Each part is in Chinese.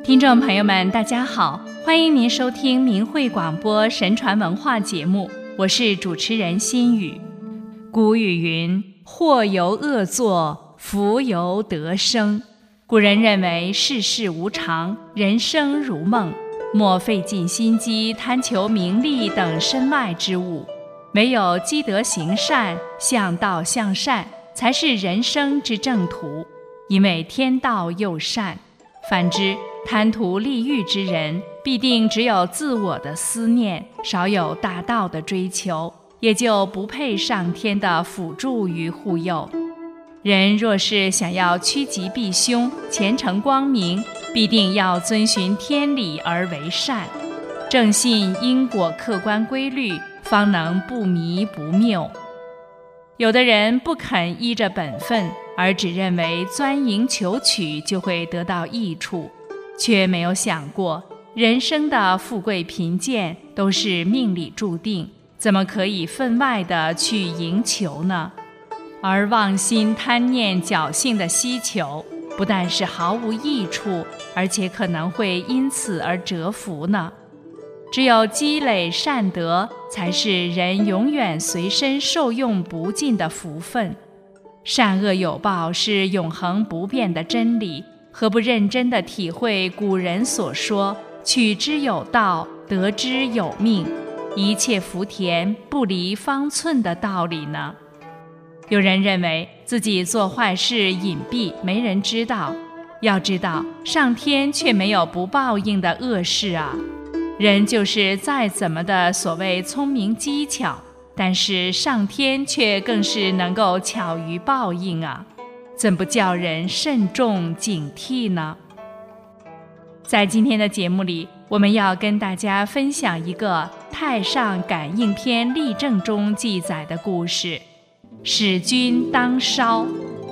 听众朋友们，大家好，欢迎您收听明慧广播神传文化节目，我是主持人心语。古语云：祸由恶作，福由得生。古人认为世事无常，人生如梦，莫费尽心机贪求名利等身外之物，唯有积德行善，向道向善，才是人生之正途。因为天道佑善，反之贪图利欲之人，必定只有自我的思念，少有大道的追求，也就不配上天的辅助与护佑。人若是想要趋吉避凶，前程光明，必定要遵循天理而为善，正信因果客观规律，方能不迷不谬。有的人不肯依着本分，而只认为钻营求取就会得到益处，却没有想过人生的富贵贫贱都是命里注定，怎么可以分外的去营求呢？而妄心贪念侥幸的希求，不但是毫无益处，而且可能会因此而折福呢。只有积累善德，才是人永远随身受用不尽的福分。善恶有报是永恒不变的真理，何不认真地体会古人所说取之有道，得之有命，一切福田不离方寸的道理呢？有人认为自己做坏事隐蔽，没人知道，要知道上天却没有不报应的恶事啊。人就是再怎么的所谓聪明机巧，但是上天却更是能够巧于报应啊，怎不叫人慎重警惕呢？在今天的节目里，我们要跟大家分享一个《太上感应篇例证》中记载的故事，使君当烧。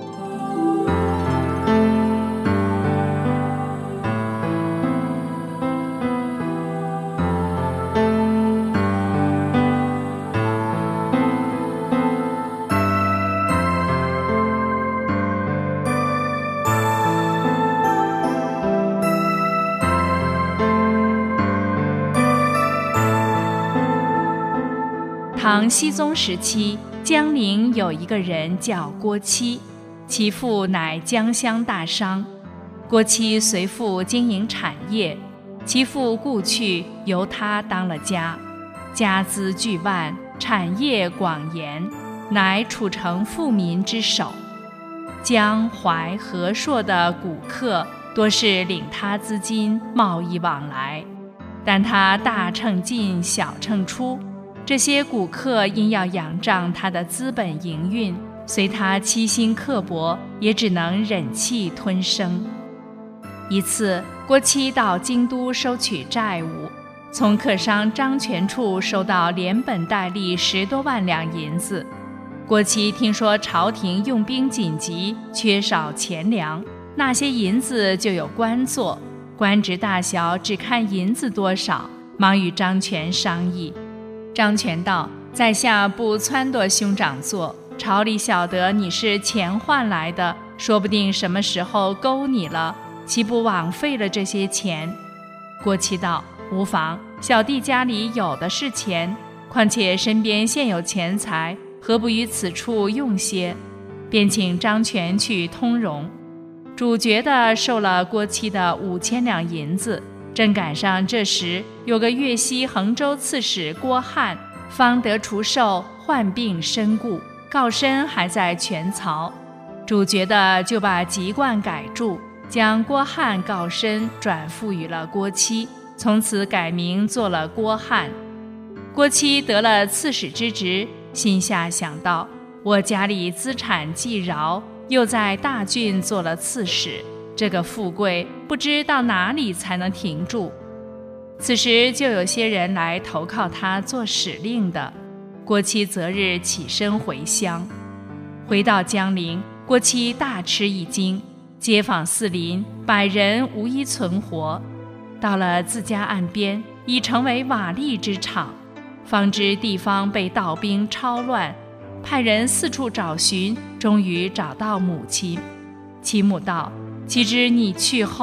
唐僖宗时期，江陵有一个人叫郭期，其父乃江乡大商。郭期随父经营产业，其父故去，由他当了家，家资巨万，产业广延，乃处成富民之首。江淮和硕的古客多是领他资金，贸易往来，但他大秤进，小秤出，这些古客因要仰仗他的资本营运，随他欺辛刻薄，也只能忍气吞声。一次，郭期到京都收取债务，从客商张全处收到连本带利10多万两银子。郭期听说朝廷用兵紧急，缺少钱粮，那些银子就有官做，官职大小只看银子多少，忙与张全商议。张全道：在下不撺掇兄长做，朝里晓得你是钱换来的，说不定什么时候勾你了，岂不枉费了这些钱？郭期道：无妨，小弟家里有的是钱，况且身边现有钱财，何不于此处用些？便请张全去通融。主角的收了郭期的5000两银子，正赶上这时有个粤西衡州刺史郭翰，方得除寿，患病身故，告身还在泉槽。主角的就把籍贯改注，将郭翰告身转付予了郭期，从此改名做了郭翰。郭期得了刺史之职，心下想到，我家里资产既饶，又在大郡做了刺史，这个富贵不知到哪里才能停住。此时就有些人来投靠他做使令的。郭期择日起身回乡。回到江陵，郭期大吃一惊，街坊四邻100人无一存活。到了自家岸边，已成为瓦砾之场，方知地方被盗兵抄乱，派人四处找寻，终于找到母亲。其母道：其知你去后，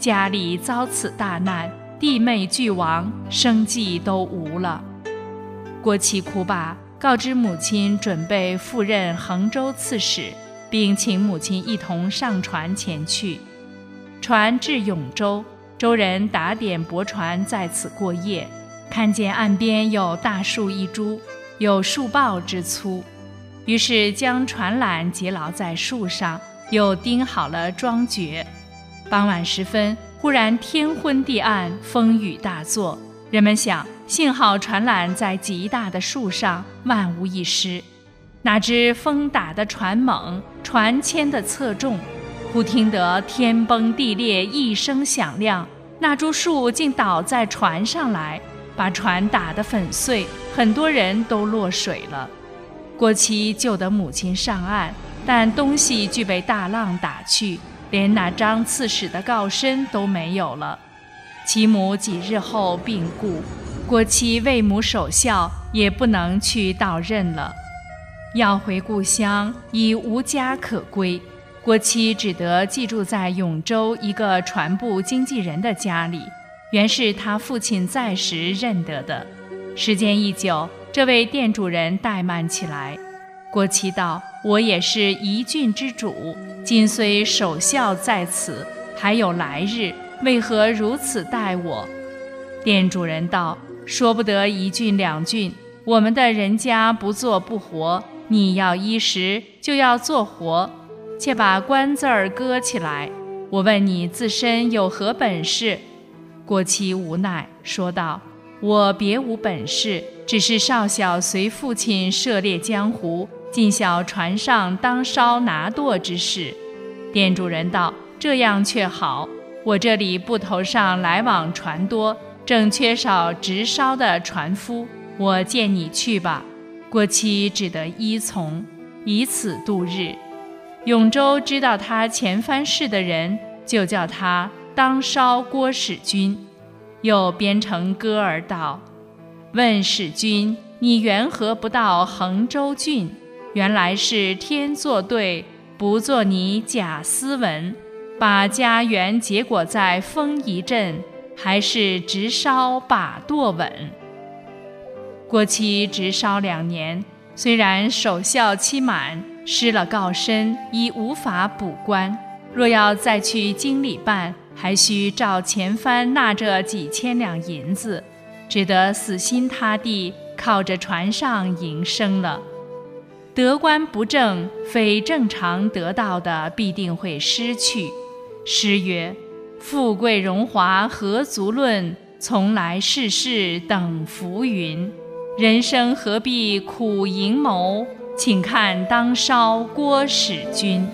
家里遭此大难，弟妹俱亡，生计都无了。郭琦哭罢，告知母亲准备赴任衡州刺史，并请母亲一同上船前去。船至永州，州人打点驳船在此过夜，看见岸边有大树一株，有树抱之粗，于是将船缆结牢在树上，又钉好了桩橛。傍晚时分，忽然天昏地暗，风雨大作。人们想，幸好船缆在极大的树上，万无一失。哪知风打得船猛，船牵得侧重，忽听得天崩地裂一声响亮，那株树竟倒在船上来，把船打得粉碎，很多人都落水了。郭琦救得母亲上岸，但东西俱被大浪打去，连那张刺史的告身都没有了。其母几日后病故，郭琦为母守孝，也不能去到任了。要回故乡，已无家可归，郭琦只得寄住在永州一个船部经纪人的家里，原是他父亲在时认得的。时间一久，这位店主人怠慢起来。郭琦道：“我也是一郡之主，今虽守孝在此，还有来日，为何如此待我？”店主人道：“说不得一郡两郡，我们的人家不做不活，你要衣食，就要做活，且把官字儿搁起来。我问你自身有何本事？”郭琦无奈说道：“我别无本事，只是少小随父亲涉猎江湖，尽晓船上当烧拿舵之事。”店主人道：“这样却好，我这里埠头上来往船多，正缺少直烧的船夫，我见你去吧。”郭琦只得依从，以此度日。永州知道他前番事的人，就叫他当烧郭使君，又编成歌儿道：“问使君，你缘何不到衡州郡？原来是天作对，不作你假斯文。把家园结果在丰夷镇，还是直烧把舵稳。”郭琦直烧2年，虽然守孝期满，失了告身，已无法补官。若要再去京里办，还需照前番纳这几千两银子，只得死心塌地靠着船上营生了。得官不正，非正常得到的必定会失去。诗曰：“富贵荣华何足论，从来世事等浮云。人生何必苦营谋，请看当烧郭使君。”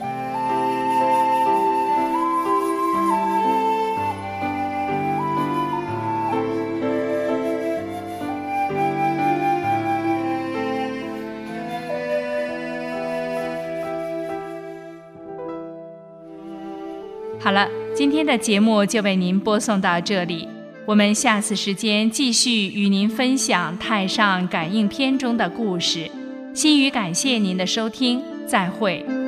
好了，今天的节目就为您播送到这里，我们下次时间继续与您分享《太上感应篇》中的故事。心语感谢您的收听，再会。